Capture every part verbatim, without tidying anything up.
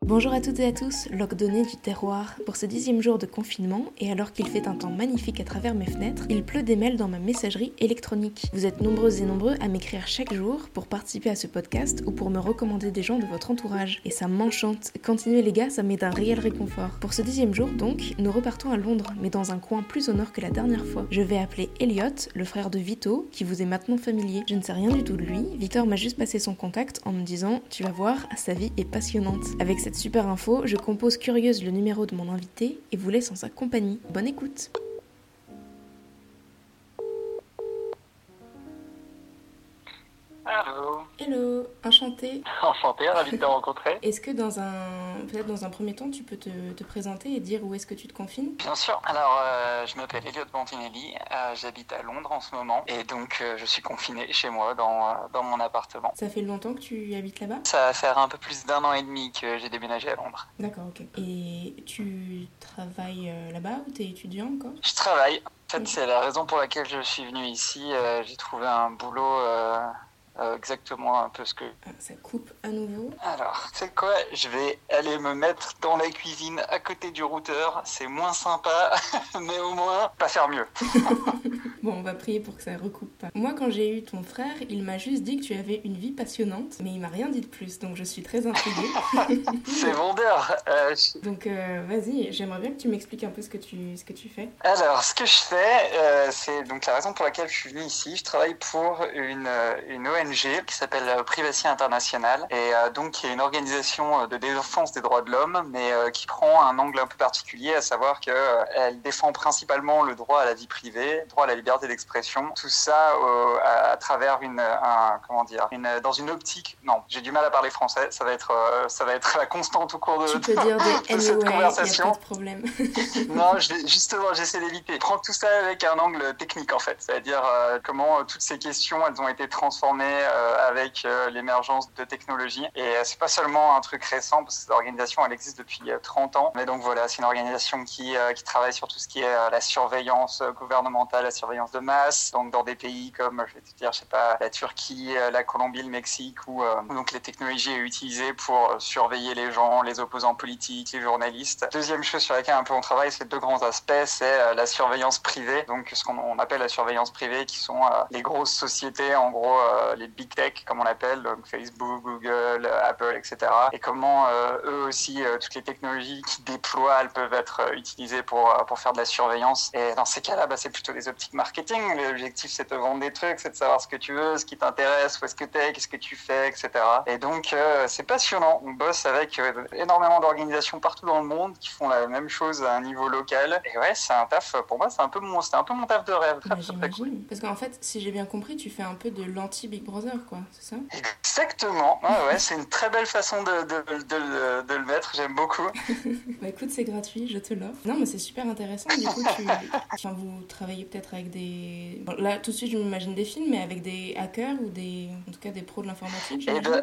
Bonjour à toutes et à tous, Locke Donné du terroir. Pour ce dixième jour de confinement, et alors qu'il fait un temps magnifique à travers mes fenêtres, il pleut des mails dans ma messagerie électronique. Vous êtes nombreuses et nombreux à m'écrire chaque jour pour participer à ce podcast ou pour me recommander des gens de votre entourage. Et ça m'enchante. Continuez les gars, ça m'est d'un réel réconfort. Pour ce dixième jour donc, nous repartons à Londres, mais dans un coin plus au nord que la dernière fois. Je vais appeler Elliot, le frère de Vito, qui vous est maintenant familier. Je ne sais rien du tout de lui, Victor m'a juste passé son contact en me disant « Tu vas voir, sa vie est passionnante ». Avec cette super info, je compose curieuse le numéro de mon invité et vous laisse en sa compagnie. Bonne écoute. Allô. Hello, enchantée. Enchanté, ravi de te rencontrer. Est-ce que dans un, peut-être dans un premier temps, tu peux te, te présenter et dire où est-ce que tu te confines ? Bien sûr. Alors, euh, je m'appelle Elliot Montinelli, euh, j'habite à Londres en ce moment et donc euh, je suis confiné chez moi dans, euh, dans mon appartement. Ça fait longtemps que tu habites là-bas ? Ça va faire un peu plus d'un an et demi que j'ai déménagé à Londres. D'accord, ok. Et tu travailles euh, là-bas ou t'es étudiant encore ? Je travaille. En fait, c'est la raison pour laquelle je suis venu ici. Euh, j'ai trouvé un boulot... Euh, Euh, exactement un peu ce que... Ah, ça coupe à nouveau. Alors, tu sais quoi, je vais aller me mettre dans la cuisine à côté du routeur. C'est moins sympa, mais au moins, pas faire mieux. Bon, on va prier pour que ça recoupe pas. Moi, quand j'ai eu ton frère, il m'a juste dit que tu avais une vie passionnante, mais il m'a rien dit de plus, donc je suis très intriguée. C'est vendeur. Euh, je... Donc, euh, vas-y, j'aimerais bien que tu m'expliques un peu ce que tu, ce que tu fais. Alors, ce que je fais, euh, c'est donc la raison pour laquelle je suis venu ici. Je travaille pour une, une O N G qui s'appelle Privacy International, et euh, donc qui est une organisation de défense des droits de l'homme, mais euh, qui prend un angle un peu particulier, à savoir qu'elle euh, défend principalement le droit à la vie privée, le droit à la liberté d'expression, tout ça euh, à, à travers une, un, comment dire, une, dans une optique. Non, j'ai du mal à parler français. Ça va être, euh, ça va être la constante au cours de, tu peux dire des de cette anyway, conversation. Y a pas de problème. Non, je, justement, j'essaie d'éviter. Je prends tout ça avec un angle technique en fait, c'est-à-dire euh, comment euh, toutes ces questions elles ont été transformées euh, avec euh, l'émergence de technologies. Et euh, c'est pas seulement un truc récent, parce que cette organisation elle existe depuis euh, trente ans. Mais donc voilà, c'est une organisation qui euh, qui travaille sur tout ce qui est euh, la surveillance gouvernementale, la surveillance de masse. Donc dans des pays comme, je vais te dire, je sais pas, la Turquie, euh, la Colombie, le Mexique, où euh, donc les technologies sont utilisées pour surveiller les gens, les opposants politiques, les journalistes. Deuxième chose sur laquelle un peu on travaille, c'est deux grands aspects, c'est euh, la surveillance privée, donc ce qu'on on appelle la surveillance privée, qui sont euh, les grosses sociétés, en gros euh, les big tech comme on l'appelle, donc Facebook, Google, Apple, et cetera. Et comment euh, eux aussi, euh, toutes les technologies qu'ils déploient, elles peuvent être euh, utilisées pour, euh, pour faire de la surveillance. Et dans ces cas-là, bah, c'est plutôt des optiques marketing. L'objectif, c'est de te vendre des trucs, c'est de savoir ce que tu veux, ce qui t'intéresse, où est-ce que t'es, qu'est-ce que tu fais, et cetera. Et donc, euh, c'est passionnant. On bosse avec euh, énormément d'organisations partout dans le monde qui font la même chose à un niveau local. Et ouais, c'est un taf, pour moi, c'est un peu mon, c'était un peu mon taf de rêve. Très, bah, très, j'imagine. très cool. Parce qu'en fait, si j'ai bien compris, tu fais un peu de l'anti-Big Brother, quoi, c'est ça ? Exactement. Ouais, ouais, c'est une très belle façon de, de, de, de, de le mettre. J'aime beaucoup. Bah écoute, c'est gratuit, je te l'offre. Non, mais c'est super intéressant. Du coup, tu... enfin, vous travaillez peut-être avec des... Bon, là, tout de suite, je m'imagine des films, mais avec des hackers ou des... En tout cas, des pros de l'informatique, Et j'imagine. ben...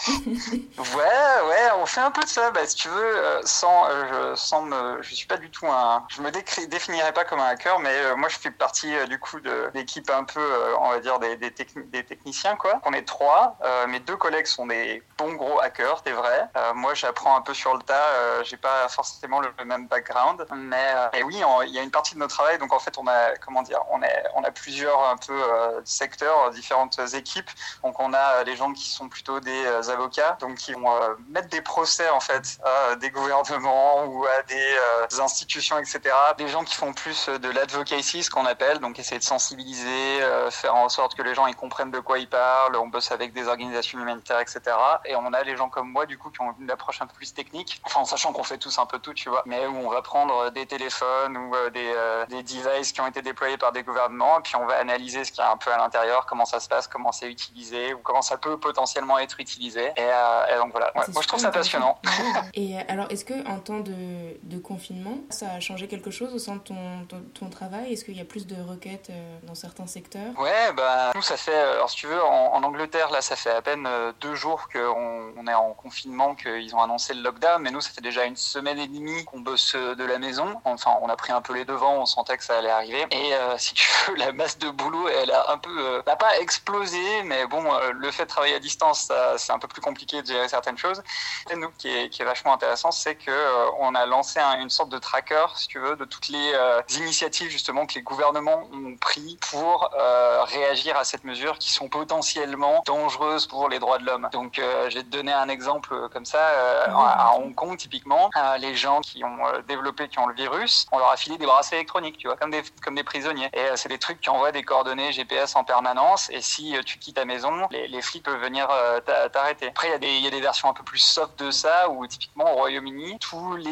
ouais, ouais, on fait un peu de ça. Bah, si tu veux, euh, sans, euh, je, sans me... Je suis pas du tout un... Je me décri... définirais pas comme un hacker, mais euh, moi, je fais partie, euh, du coup, de l'équipe un peu, euh, on va dire, des, des, techni... des techniciens, quoi. On est trois. Euh, mes deux collègues sont des bons gros hackers, c'est vrai. Euh, moi, j'apprends un peu sur le tas. Euh, j'ai pas forcément le même background, mais euh, et oui, il y a une partie de notre travail. Donc en fait, on a comment dire, on a on a plusieurs un peu euh, secteurs, différentes équipes. Donc on a les gens qui sont plutôt des euh, avocats, donc qui vont euh, mettre des procès en fait à des gouvernements ou à des, euh, des institutions, et cetera. Des gens qui font plus de l'advocacy, ce qu'on appelle, donc essayer de sensibiliser, euh, faire en sorte que les gens ils comprennent de quoi ils parlent. On bosse avec des organisations humanitaires, et cetera. Et on a les gens comme moi du coup qui ont une approche un peu plus technique, enfin en sachant qu'on fait tous un peu tout, tu vois, mais où on va prendre des téléphones ou euh, des, euh, des devices qui ont été déployés par des gouvernements, et puis on va analyser ce qu'il y a un peu à l'intérieur, comment ça se passe, comment c'est utilisé, ou comment ça peut potentiellement être utilisé. Et, euh, et donc voilà, ouais, moi je trouve ça passionnant. Et alors, est-ce que en temps de, de confinement, ça a changé quelque chose au sein de ton, ton, ton travail ? Est-ce qu'il y a plus de requêtes euh, dans certains secteurs ? Ouais, bah nous ça fait, alors si tu veux, en, en Angleterre, là ça fait à peine euh, deux jours qu'on on est en confinement, qu'ils ont annoncé le lockdown, mais nous ça fait déjà une semaine et demie qu'on bosse de la maison. Enfin, on a pris un peu les devants, on sentait que ça allait arriver. Et euh, si tu veux, la masse de boulot, elle a un peu, euh, n'a pas explosé, mais bon, euh, le fait de travailler à distance, ça, c'est un peu plus compliqué de gérer certaines choses. Et nous, qui est, qui est vachement intéressant, c'est que euh, on a lancé un, une sorte de tracker, si tu veux, de toutes les euh, initiatives justement que les gouvernements ont pris pour euh, réagir à cette mesure, qui sont potentiellement dangereuses pour les droits de l'homme. Donc, euh, je vais te donner un exemple comme ça. Euh, à, à Hong Kong, typiquement, euh, les gens qui ont euh, développé, qui ont le virus, on leur a filé des bracelets électroniques, tu vois, comme des, comme des prisonniers. Et euh, c'est des trucs qui envoient des coordonnées G P S en permanence. Et si euh, tu quittes ta maison, les, les flics peuvent venir euh, t'arrêter. Après, il y a des, il y a des versions un peu plus soft de ça, où typiquement au Royaume-Uni, tous les,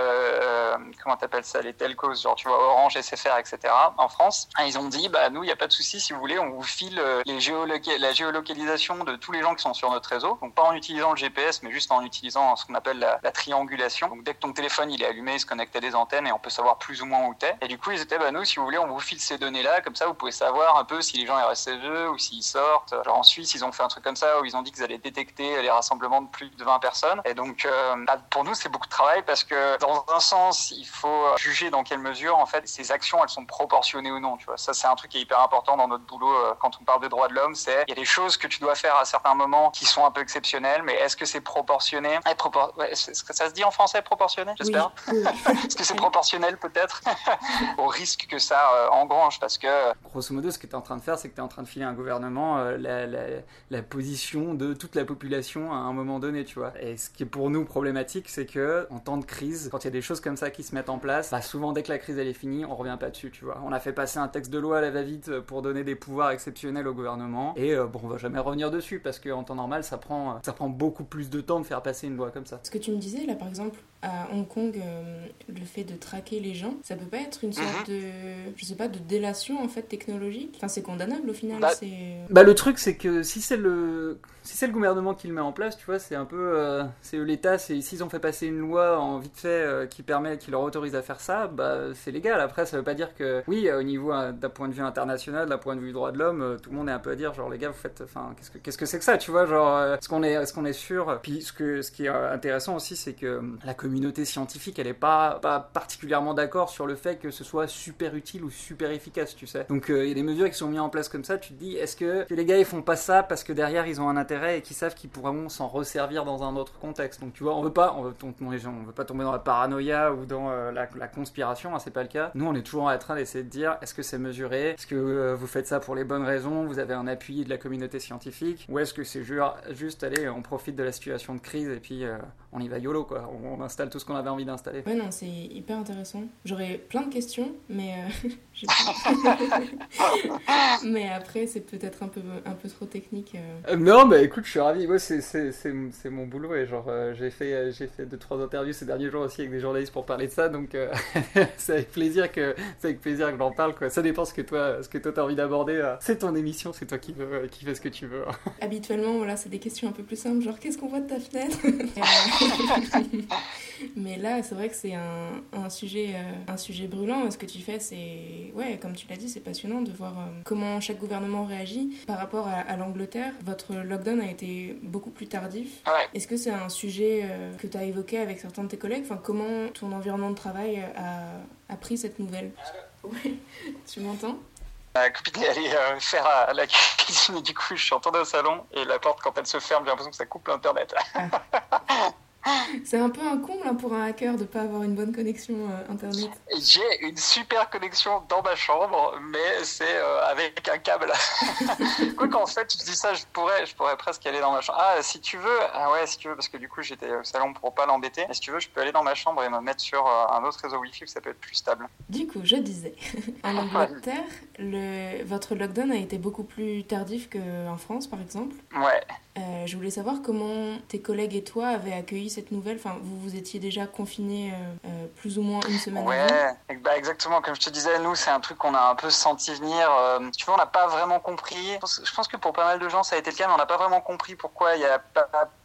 euh, comment t'appelles ça, les telcos, genre tu vois, Orange, S F R, et cetera. En France, ils ont dit, bah nous, il n'y a pas de souci, si vous voulez, on vous file les géoloca- la géolocalisation de tous les gens qui sont sur notre réseau. Donc pas en utilisant le G P S, mais juste en utilisant ce qu'on appelle la, la triangulation. Donc dès que ton téléphone il est allumé, il se connecte à des antennes et on peut savoir plus ou moins où t'es. Et du coup, ils étaient, bah nous, si vous voulez, on vous file ces données-là, comme ça, vous pouvez savoir un peu si les gens ils restent chez eux ou s'ils sortent. Genre en Suisse, ils ont fait un truc comme ça où ils ont dit qu'ils allaient détecter les rassemblements de plus de vingt personnes. Et donc, euh, bah, pour nous, c'est beaucoup de travail parce que dans un sens, il faut juger dans quelle mesure, en fait, ces actions, elles sont proportionnées ou non. Tu vois, ça, c'est un truc qui est hyper important dans notre boulot euh, quand on parle des droits de l'homme. C'est, il y a des choses que tu dois faire à certains moments qui sont un peu exceptionnelles, mais est-ce que c'est proportionné? Eh, propor... ouais, est-ce que ça se dit en français, proportionné, j'espère? Oui. Est-ce que c'est proportionnel, peut-être, au risque que ça euh, engrange? Parce que... Grosso modo, ce que tu es en train de faire, c'est que tu es en train de filer à un gouvernement euh, la, la, la position de toute la population à un moment donné, tu vois. Et ce qui est pour nous problématique, c'est que en temps de crise, quand il y a des choses comme ça qui se mettent en place, bah souvent dès que la crise elle est finie, on revient pas dessus, tu vois. On a fait passer un texte de loi à la va-vite pour donner des pouvoirs exceptionnels au gouvernement, et euh, bon, on va jamais revenir dessus parce qu'en temps normal, ça prend, ça prend beaucoup plus de temps de faire passer une loi comme ça. Ce que tu me disais là, par exemple, à Hong Kong, euh, le fait de traquer les gens, ça peut pas être une sorte de, je sais pas, de délation en fait technologique. Enfin, c'est condamnable au final. Bah, c'est... bah le truc c'est que si c'est le, si c'est le gouvernement qui le met en place, tu vois, c'est un peu, euh, c'est l'État, c'est s'ils ont fait passer une loi en vite fait euh, qui permet, qui leur autorise à faire ça, bah c'est légal. Après, ça veut pas dire que, oui, au niveau euh, d'un point de vue international, d'un point de vue du droit de l'homme, euh, tout le monde est un peu à dire, genre les gars, vous faites, enfin, qu'est-ce que, qu'est-ce que c'est que ça, tu vois, genre, euh, est-ce qu'on est, est-ce qu'on est sûr? Puis ce que, ce qui est intéressant aussi, c'est que la communauté scientifique, elle est pas, pas particulièrement d'accord sur le fait que ce soit super utile ou super efficace, tu sais. Donc il euh, y a des mesures qui sont mises en place comme ça, tu te dis, est-ce que, que les gars ils font pas ça parce que derrière ils ont un intérêt et qu'ils savent qu'ils pourront s'en resservir dans un autre contexte. Donc tu vois, on veut pas, on veut, on, on, on veut pas tomber dans la paranoïa ou dans euh, la, la conspiration, hein, c'est pas le cas. Nous on est toujours en train d'essayer de dire, est-ce que c'est mesuré, est-ce que euh, vous faites ça pour les bonnes raisons, vous avez un appui de la communauté scientifique, ou est-ce que c'est juste, juste allez, on profite de la situation de crise et puis euh, on y va YOLO quoi, on, on installe tout ce qu'on avait envie d'installer. Ouais non, c'est hyper intéressant. J'aurais plein de questions, mais euh, j'ai pas... mais après c'est peut-être un peu un peu trop technique. Euh... Euh, non, bah écoute, je suis ravi. Moi, c'est c'est c'est c'est mon boulot et genre euh, j'ai fait euh, j'ai fait deux trois interviews ces derniers jours aussi avec des journalistes pour parler de ça, donc euh, c'est avec plaisir que c'est avec plaisir que j'en parle quoi. Ça dépend ce que toi ce que toi t'as envie d'aborder. Euh, c'est ton émission, c'est toi qui veux, qui fais ce que tu veux. Habituellement, voilà, c'est des questions un peu plus simples, genre qu'est-ce qu'on voit de ta fenêtre. Mais là, c'est vrai que c'est un un sujet euh, un sujet brûlant. Ce que tu fais, c'est ouais, comme tu l'as dit, c'est passionnant de voir euh, comment chaque gouvernement réagit par rapport à, à l'Angleterre. Votre lockdown a été beaucoup plus tardif. Ouais. Est-ce que c'est un sujet euh, que tu as évoqué avec certains de tes collègues? Enfin, comment ton environnement de travail a, a pris cette nouvelle? Ouais, tu m'entends? Ma copine est allée euh, faire à la cuisine et du coup je suis entendu au salon et la porte quand elle se ferme j'ai l'impression que ça coupe l'internet. Ah. C'est un peu un comble hein, pour un hacker de ne pas avoir une bonne connexion euh, internet. J'ai une super connexion dans ma chambre, mais c'est euh, avec un câble. Quoi qu'en fait, je dis ça, je pourrais, je pourrais presque aller dans ma chambre. Ah, si tu veux, ah ouais, si tu veux, parce que du coup j'étais au salon pour pas l'embêter. Mais si tu veux, je peux aller dans ma chambre et me mettre sur euh, un autre réseau Wi-Fi, que ça peut être plus stable. Du coup, je disais, en Angleterre, le... votre lockdown a été beaucoup plus tardif qu'en France, par exemple. Ouais. Euh, je voulais savoir comment tes collègues et toi avaient accueilli cette nouvelle. Enfin, vous vous étiez déjà confinés euh, euh, plus ou moins une semaine ouais, avant. Ouais, bah exactement. Comme je te disais, nous, c'est un truc qu'on a un peu senti venir. Euh, tu vois, on n'a pas vraiment compris. Je pense, je pense que pour pas mal de gens, ça a été le cas, mais on n'a pas vraiment compris pourquoi il n'y a pas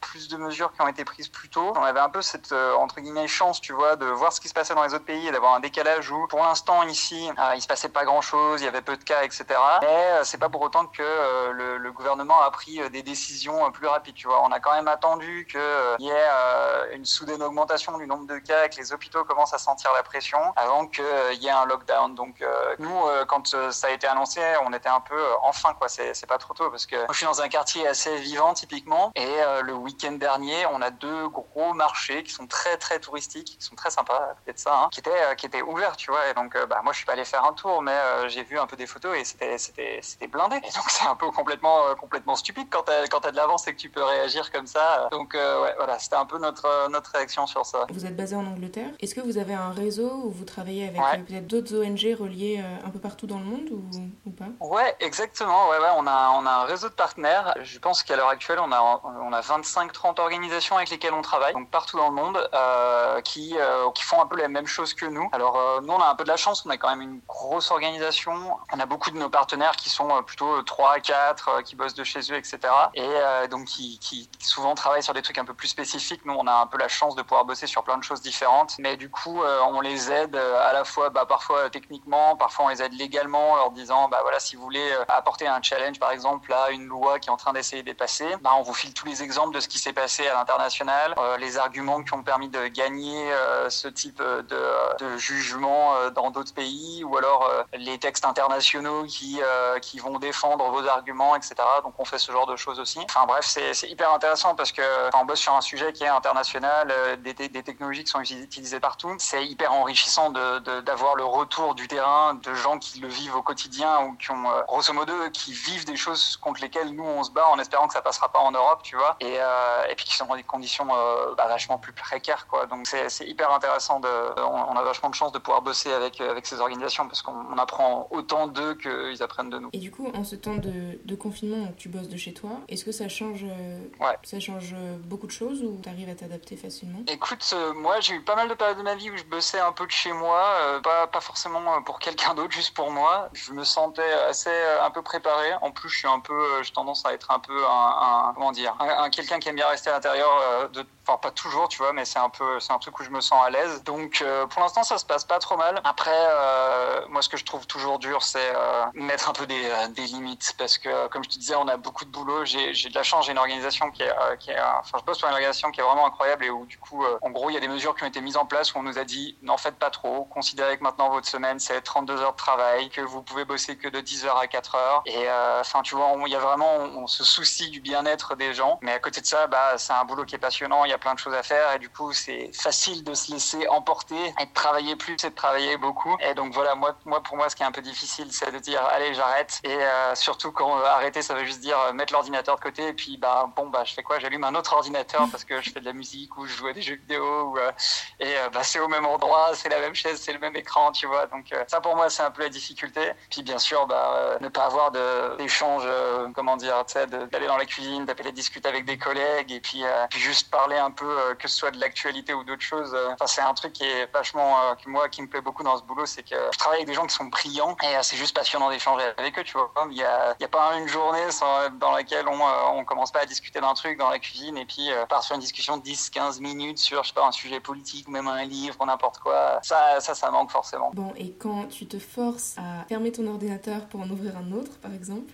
plus de mesures qui ont été prises plus tôt. On avait un peu cette, euh, entre guillemets, chance, tu vois, de voir ce qui se passait dans les autres pays et d'avoir un décalage où, pour l'instant, ici, euh, il se passait pas grand-chose, il y avait peu de cas, et cetera. Mais euh, c'est pas pour autant que euh, le, le gouvernement a pris euh, des décisions euh, plus rapides, tu vois. On a quand même attendu qu'il euh, y ait euh, une soudaine augmentation du nombre de cas, que les hôpitaux commencent à sentir la pression avant qu'il euh, y ait un lockdown. Donc, euh, nous, euh, quand euh, ça a été annoncé, on était un peu euh, enfin, quoi. C'est, c'est pas trop tôt parce que moi, je suis dans un quartier assez vivant, typiquement, et euh, le week-end dernier, on a deux gros marchés qui sont très, très touristiques, qui sont très sympas, peut-être ça, hein, qui étaient, euh, qui étaient ouverts, tu vois. Et donc, euh, bah, moi, je suis pas allé faire un tour, mais euh, j'ai vu un peu des photos et c'était, c'était, c'était blindé. Et donc, c'est un peu complètement, euh, complètement stupide quand t'as, quand t'as de l'avance et que tu peux réagir comme ça. Donc, euh, ouais, voilà, c'était un peu notre, euh, notre réaction sur ça. Vous êtes basé en Angleterre. Est-ce que vous avez un réseau où vous travaillez avec ouais. euh, peut-être d'autres O N G reliés euh, un peu partout dans le monde ou, ou pas? Ouais, exactement. Ouais, ouais, on a, on a un réseau de partenaires. Je pense qu'à l'heure actuelle, on a, on a vingt-cinq trente organisations avec lesquelles on travaille, donc partout dans le monde, euh, qui, euh, qui font un peu la même chose que nous. Alors, euh, nous, on a un peu de la chance. On a quand même une grosse organisation. On a beaucoup de nos partenaires qui sont plutôt trois, quatre, euh, qui bossent de chez eux, et cetera. Et euh, donc, qui, qui souvent travaillent sur des trucs un peu plus spécifiques. Nous, on a un peu la chance de pouvoir bosser sur plein de choses différentes. Mais du coup, euh, on les aide à la fois, bah, parfois techniquement, parfois on les aide légalement en leur disant, bah voilà, si vous voulez apporter un challenge, par exemple, à une loi qui est en train d'essayer de dépasser, bah, on vous file tous les exemples de ce qui s'est passé à l'international, euh, les arguments qui ont permis de gagner euh, ce type de, de jugement euh, dans d'autres pays, ou alors euh, les textes internationaux qui, euh, qui vont défendre vos arguments, et cetera. Donc on fait ce genre de choses aussi. Enfin bref, c'est, c'est hyper intéressant parce que on bosse sur un sujet qui est international, euh, des, des technologies qui sont utilisées partout. C'est hyper enrichissant de, de, d'avoir le retour du terrain de gens qui le vivent au quotidien ou qui ont, euh, grosso modo, qui vivent des choses contre lesquelles nous on se bat en espérant que ça passera pas en Europe, tu vois, et, euh, et puis qui sont dans des conditions euh, bah, vachement plus précaires, quoi. Donc c'est, c'est hyper intéressant. De, on, on a vachement de chance de pouvoir bosser avec, avec ces organisations parce qu'on on apprend autant d'eux qu'ils apprennent de nous. Et du coup, en ce temps de, de confinement où tu bosses de chez toi, est-ce que ça change, euh, ouais. ça change beaucoup de choses ou tu arrives à t'adapter facilement? Écoute, euh, moi j'ai eu pas mal de périodes de ma vie où je bossais un peu de chez moi, euh, pas, pas forcément pour quelqu'un d'autre, juste pour moi. Je me sentais assez euh, un peu préparé. En plus, je suis un peu, euh, j'ai tendance à être un peu un, un comment dire, un, un quelqu'un qui aime bien rester à l'intérieur euh, de Enfin, pas toujours, tu vois, mais c'est un peu, c'est un truc où je me sens à l'aise. Donc, euh, pour l'instant, ça se passe pas trop mal. Après, euh, moi, ce que je trouve toujours dur, c'est euh, mettre un peu des, euh, des limites, parce que, comme je te disais, on a beaucoup de boulot. J'ai, j'ai de la chance, j'ai une organisation qui est, euh, qui est, euh, enfin, je bosse pour une organisation qui est vraiment incroyable et où, du coup, euh, en gros, il y a des mesures qui ont été mises en place où on nous a dit, n'en faites pas trop. Considérez que maintenant votre semaine, c'est trente-deux heures de travail, que vous pouvez bosser que de dix heures à quatre heures. Et, enfin, euh, tu vois, il y a vraiment, on, on se soucie du bien-être des gens. Mais à côté de ça, bah, c'est un boulot qui est passionnant. Il y a plein de choses à faire et du coup c'est facile de se laisser emporter et de travailler plus et de travailler beaucoup. Et donc voilà, moi, moi pour moi ce qui est un peu difficile c'est de dire allez j'arrête, et euh, surtout quand euh, arrêter ça veut juste dire euh, mettre l'ordinateur de côté et puis bah bon bah je fais quoi, j'allume un autre ordinateur parce que je fais de la musique ou je joue à des jeux vidéo ou, euh, et euh, bah c'est au même endroit, c'est la même chaise, c'est le même écran, tu vois. Donc euh, ça pour moi c'est un peu la difficulté. Puis bien sûr bah euh, ne pas avoir de, d'échange euh, comment dire, tu sais, d'aller dans la cuisine, d'appeler discuter avec des collègues et puis, euh, puis juste parler un peu euh, que ce soit de l'actualité ou d'autres choses. Enfin, c'est un truc qui est vachement, euh, qui, moi, qui me plaît beaucoup dans ce boulot, c'est que je travaille avec des gens qui sont brillants et euh, c'est juste passionnant d'échanger avec eux, tu vois. Il y a, il y a pas une journée sans, dans laquelle on, euh, on commence pas à discuter d'un truc dans la cuisine et puis euh, part sur une discussion de dix quinze minutes sur, je sais pas, un sujet politique ou même un livre ou n'importe quoi. Ça, ça, ça manque forcément. Bon, et quand tu te forces à fermer ton ordinateur pour en ouvrir un autre, par exemple,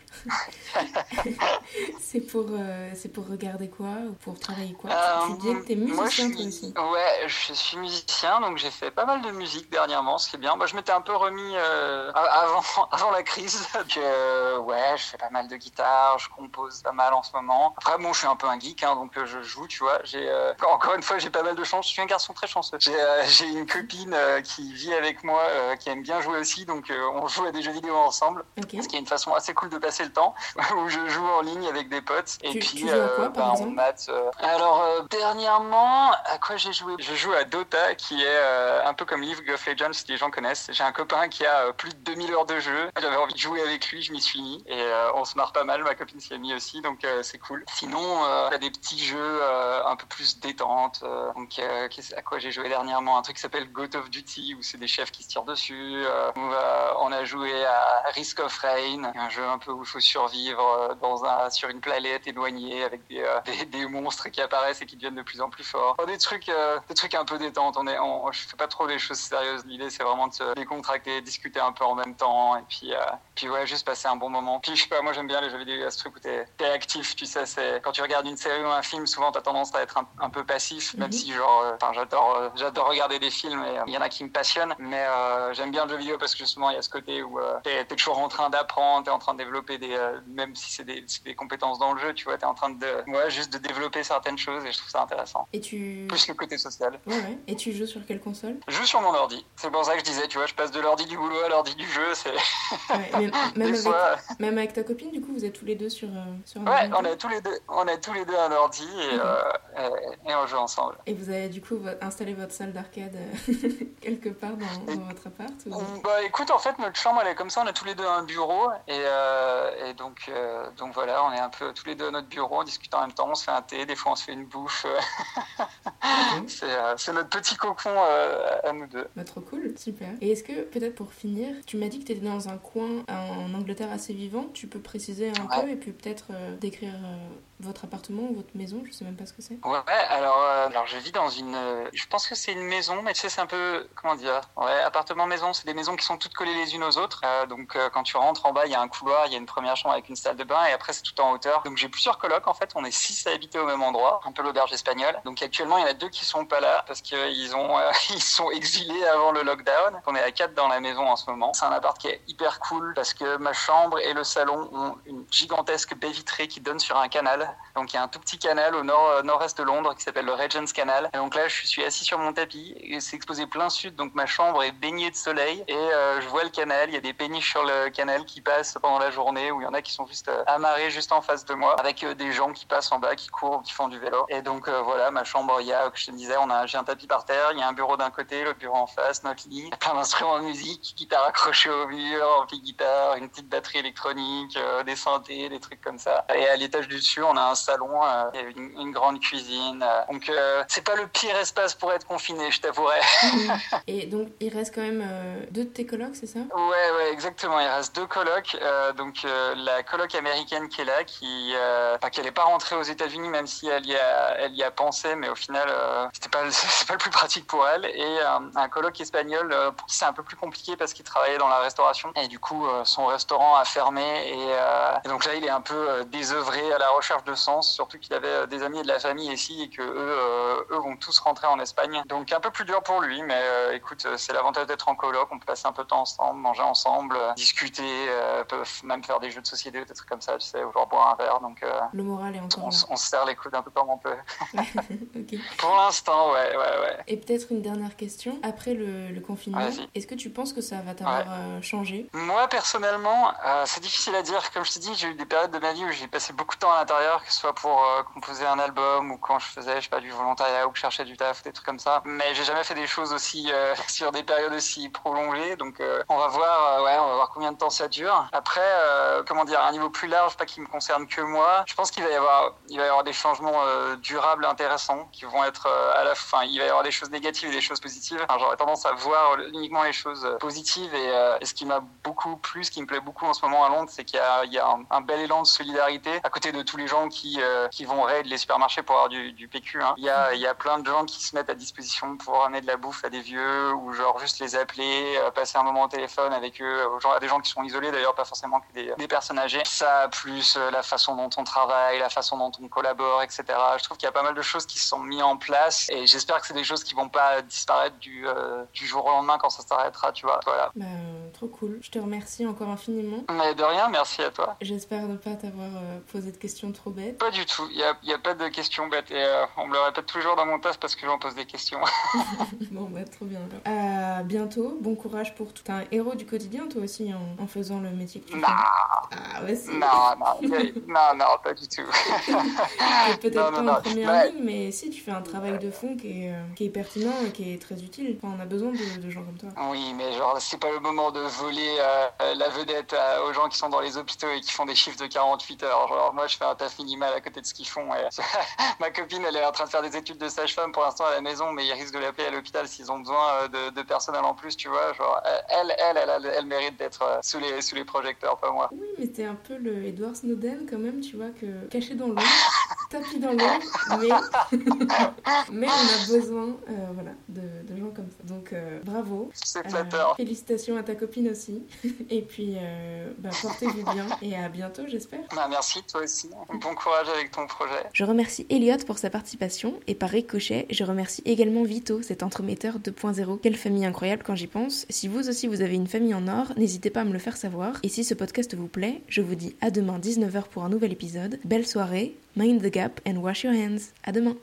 c'est pour, euh, c'est pour regarder quoi ou pour travailler quoi? euh, Tu dis que t'es musicien, toi aussi. Ouais, je suis musicien, donc j'ai fait pas mal de musique dernièrement, ce qui est bien. Moi, je m'étais un peu remis euh, avant, avant la crise. Donc, euh, ouais, je fais pas mal de guitare, je compose pas mal en ce moment. Après, bon, je suis un peu un geek, hein, donc je joue, tu vois. J'ai, euh, encore une fois, j'ai pas mal de chance. Je suis un garçon très chanceux. J'ai, euh, j'ai une copine euh, qui vit avec moi, euh, qui aime bien jouer aussi, donc euh, on joue à des jeux vidéo ensemble. Okay. Ce qui est une façon assez cool de passer le temps, où je joue en ligne avec des potes. Et tu, puis, tu joues à quoi, par bah, exemple? on mate. Euh... Alors, euh, dernièrement, à quoi j'ai joué? Je joue à Dota, qui est euh, un peu comme League of Legends, si les gens connaissent. J'ai un copain qui a euh, plus de deux mille heures de jeu. J'avais envie de jouer avec lui, je m'y suis mis. Et euh, on se marre pas mal, ma copine s'y est mis aussi, donc euh, c'est cool. Sinon, euh, t'as des petits jeux euh, un peu plus détente. Euh, donc, euh, à quoi j'ai joué dernièrement? Un truc qui s'appelle Call of Duty, où c'est des chefs qui se tirent dessus. Euh, où, euh, on a joué à Risk of Rain, un jeu un peu où il faut survivre dans un, sur une planète éloignée avec des, euh, des, des, des monstres qui apparaissent et qui deviennent de plus en plus forts. Enfin, des trucs, euh, des trucs un peu détente. On est, on, je fais pas trop des choses sérieuses. L'idée, c'est vraiment de se décontracter, discuter un peu en même temps, et puis, euh, puis ouais, juste passer un bon moment. Puis je sais pas, moi j'aime bien les jeux vidéo, à ce truc où t'es, t'es actif, tu sais, c'est quand tu regardes une série ou un film, souvent t'as tendance à être un, un peu passif, même mm-hmm. si genre, enfin, euh, j'adore, euh, j'adore regarder des films, et il euh, y en a qui me passionnent, mais euh, j'aime bien le jeu vidéo parce que justement il y a ce côté où euh, t'es, t'es toujours en train d'apprendre, t'es en train de développer des, euh, même si c'est des, c'est des compétences dans le jeu, tu vois, t'es en train de, ouais, juste de développer certaines choses, et je trouve ça intéressant. Et tu... Plus le côté social. Ouais, ouais. Et tu joues sur quelle console? Je joue sur mon ordi. C'est pour ça que je disais, tu vois, je passe de l'ordi du boulot à l'ordi du jeu, c'est... Ouais, même, même, avec, fois... même avec ta copine, du coup, vous êtes tous les deux sur, euh, sur un Ouais, on a tous les deux, on a tous les deux un ordi et, okay. euh, et, et on joue ensemble. Et vous avez du coup installé votre salle d'arcade euh, quelque part dans, dans votre appart ou... Bah écoute, en fait, notre chambre elle est comme ça, on a tous les deux un bureau et, euh, et donc, euh, donc voilà, on est un peu tous les deux à notre bureau, on discute en même temps, on se fait un thé, des fois on se fait une bouffe. Okay. c'est, euh, c'est notre petit cocon euh, à nous deux. Bah, trop cool, super. Et est-ce que peut-être pour finir, tu m'as dit que tu étais dans un coin en Angleterre assez vivant, tu peux préciser un ouais. peu et puis peut-être euh, décrire euh, votre appartement ou votre maison, je sais même pas ce que c'est. Ouais, alors, euh, alors je vis dans une, euh, je pense que c'est une maison, mais tu sais c'est un peu, comment dire, ouais, appartement-maison, c'est des maisons qui sont toutes collées les unes aux autres, euh, donc euh, quand tu rentres en bas, il y a un couloir, il y a une première chambre avec une salle de bain et après c'est tout en hauteur. Donc j'ai plusieurs colocs en fait, on est six à habiter au même endroit, un peu l'auberge espagnole. Donc actuellement il y en a deux qui sont pas là parce qu'ils ont, euh, ils sont exilés avant le lockdown. On est à quatre dans la maison en ce moment. C'est un appart qui est hyper cool parce que ma chambre et le salon ont une gigantesque baie vitrée qui donne sur un canal. Donc il y a un tout petit canal au nord, euh, nord-est de Londres qui s'appelle le Regent's Canal. Et donc là je suis assis sur mon tapis et c'est exposé plein sud, donc ma chambre est baignée de soleil et euh, je vois le canal. Il y a des péniches sur le canal qui passent pendant la journée où il y en a qui sont juste euh, amarrés juste en face de moi avec euh, des gens qui passent en bas, qui courent, qui font du vélo. Et donc euh, voilà, ma chambre, il y a, comme je te disais, on a, j'ai un tapis par terre, il y a un bureau d'un côté, l'autre bureau en face, notre lit, plein d'instruments de musique, guitare accrochée au mur, ampli-guitare, une petite batterie électronique, euh, des synthés, des trucs comme ça. Et à l'étage du dessus, on a un salon, euh, il y a une, une grande cuisine. Euh, donc euh, c'est pas le pire espace pour être confiné, je t'avouerai. Et donc il reste quand même euh, deux de tes colocs, c'est ça? Ouais, ouais, exactement. Il reste deux colocs. Euh, donc euh, la coloc américaine qui est là, qui, euh, enfin, qui n'est pas rentrée aux États-Unis, même si elle y a, elle y a pensé, mais au final, euh, c'était pas, c'est pas le plus pratique pour elle. Et un, un coloc espagnol euh, pour qui c'est un peu plus compliqué parce qu'il travaillait dans la restauration. Et du coup, euh, son restaurant a fermé. Et, euh, et donc là, il est un peu euh, désœuvré à la recherche de sens, surtout qu'il avait euh, des amis et de la famille ici et que eux, euh, eux vont tous rentrer en Espagne. Donc un peu plus dur pour lui, mais euh, écoute, c'est l'avantage d'être en coloc. On peut passer un peu de temps ensemble, manger ensemble, euh, discuter, euh, peuvent même faire des jeux de société, des trucs comme ça, tu sais, ou genre boire un verre. Donc euh, le moral est encore on, là. On se serre les coudes un peu comme on peut. Okay. Pour l'instant, ouais, ouais, ouais. Et peut-être une dernière question. Après le, le confinement, Vas-y. Est-ce que tu penses que ça va t'avoir ouais. euh, changé? Moi, personnellement, euh, c'est difficile à dire. Comme je t'ai dit, j'ai eu des périodes de ma vie où j'ai passé beaucoup de temps à l'intérieur, que ce soit pour euh, composer un album ou quand je faisais, je sais pas, du volontariat ou que je cherchais du taf, des trucs comme ça. Mais j'ai jamais fait des choses aussi euh, sur des périodes aussi prolongées. Donc, euh, on va voir, euh, ouais, on va voir combien de temps ça dure. Après, euh, comment dire, à un niveau plus large, pas qui me concerne que moi. Je pense qu'il va y avoir, il va y avoir des changements euh, durables, intéressants, qui vont être euh, à la fin. Il va y avoir des choses négatives et des choses positives. Enfin, j'aurais tendance à voir uniquement les choses positives et, euh, et ce qui m'a beaucoup plu, ce qui me plaît beaucoup en ce moment à Londres, c'est qu'il y a, il y a un, un bel élan de solidarité à côté de tous les gens qui, euh, qui vont raid les supermarchés pour avoir du, du P Q. Hein. Il y a, il y a plein de gens qui se mettent à disposition pour ramener de la bouffe à des vieux ou genre juste les appeler, euh, passer un moment au téléphone avec eux, genre à des gens qui sont isolés d'ailleurs, pas forcément que des, des personnes âgées. Ça, plus euh, la façon dont on travaille, la façon dont on collabore, et cetera. Je trouve qu'il y a pas mal de choses qui se sont mises en place et j'espère que c'est des choses qui vont pas disparaître du, euh, du jour au lendemain quand ça s'arrêtera, tu vois. Voilà. Bah, trop cool. Je te remercie encore infiniment. Mais de rien, merci à toi. J'espère ne pas t'avoir euh, posé de questions trop bêtes. Pas du tout. Il y a, il y a pas de questions bêtes et euh, on me le répète toujours dans mon taf parce que j'en pose des questions. Bon, bah, trop bien. À bientôt. Bon courage pour tout. T'es un héros du quotidien, toi aussi, en, en faisant le métier que tu non. fais. Ah, ouais, si. Non, non, non, non, pas du tout. Peut-être non, pas non, en non. première Ouais. ligne, mais si, tu fais un travail de fond qui est, euh, qui est pertinent et qui est très utile. Enfin, on a besoin de, de gens comme toi. Oui, mais genre, c'est pas le moment de voler euh, la vedette à, aux gens qui sont dans les hôpitaux et qui font des chiffres de quarante-huit heures. Genre, moi, je fais un taf minimal à côté de ce qu'ils font. Et ma copine, elle est en train de faire des études de sage-femme pour l'instant à la maison, mais ils risquent de l'appeler à l'hôpital s'ils ont besoin de, de personnel en plus, tu vois. Genre, elle, elle, elle, elle, elle mérite d'être sous les, sous les projecteurs, pas moi. Oui, mais t'es un peu le Edward Snowden quand même, tu vois, que caché dans l'ombre. tapis dans l'eau, mais... mais on a besoin euh, voilà, de, de gens comme ça. Donc euh, bravo. C'est flatteur. Euh, félicitations à ta copine aussi. Et puis euh, bah, portez-vous bien et à bientôt j'espère. Bah, merci toi aussi. Bon courage avec ton projet. Je remercie Elliot pour sa participation et par ricochet, je remercie également Vito, cet entremetteur deux point zéro. Quelle famille incroyable quand j'y pense. Si vous aussi vous avez une famille en or, n'hésitez pas à me le faire savoir. Et si ce podcast vous plaît, je vous dis à demain dix-neuf heures pour un nouvel épisode. Belle soirée, mind the gap and wash your hands. À demain.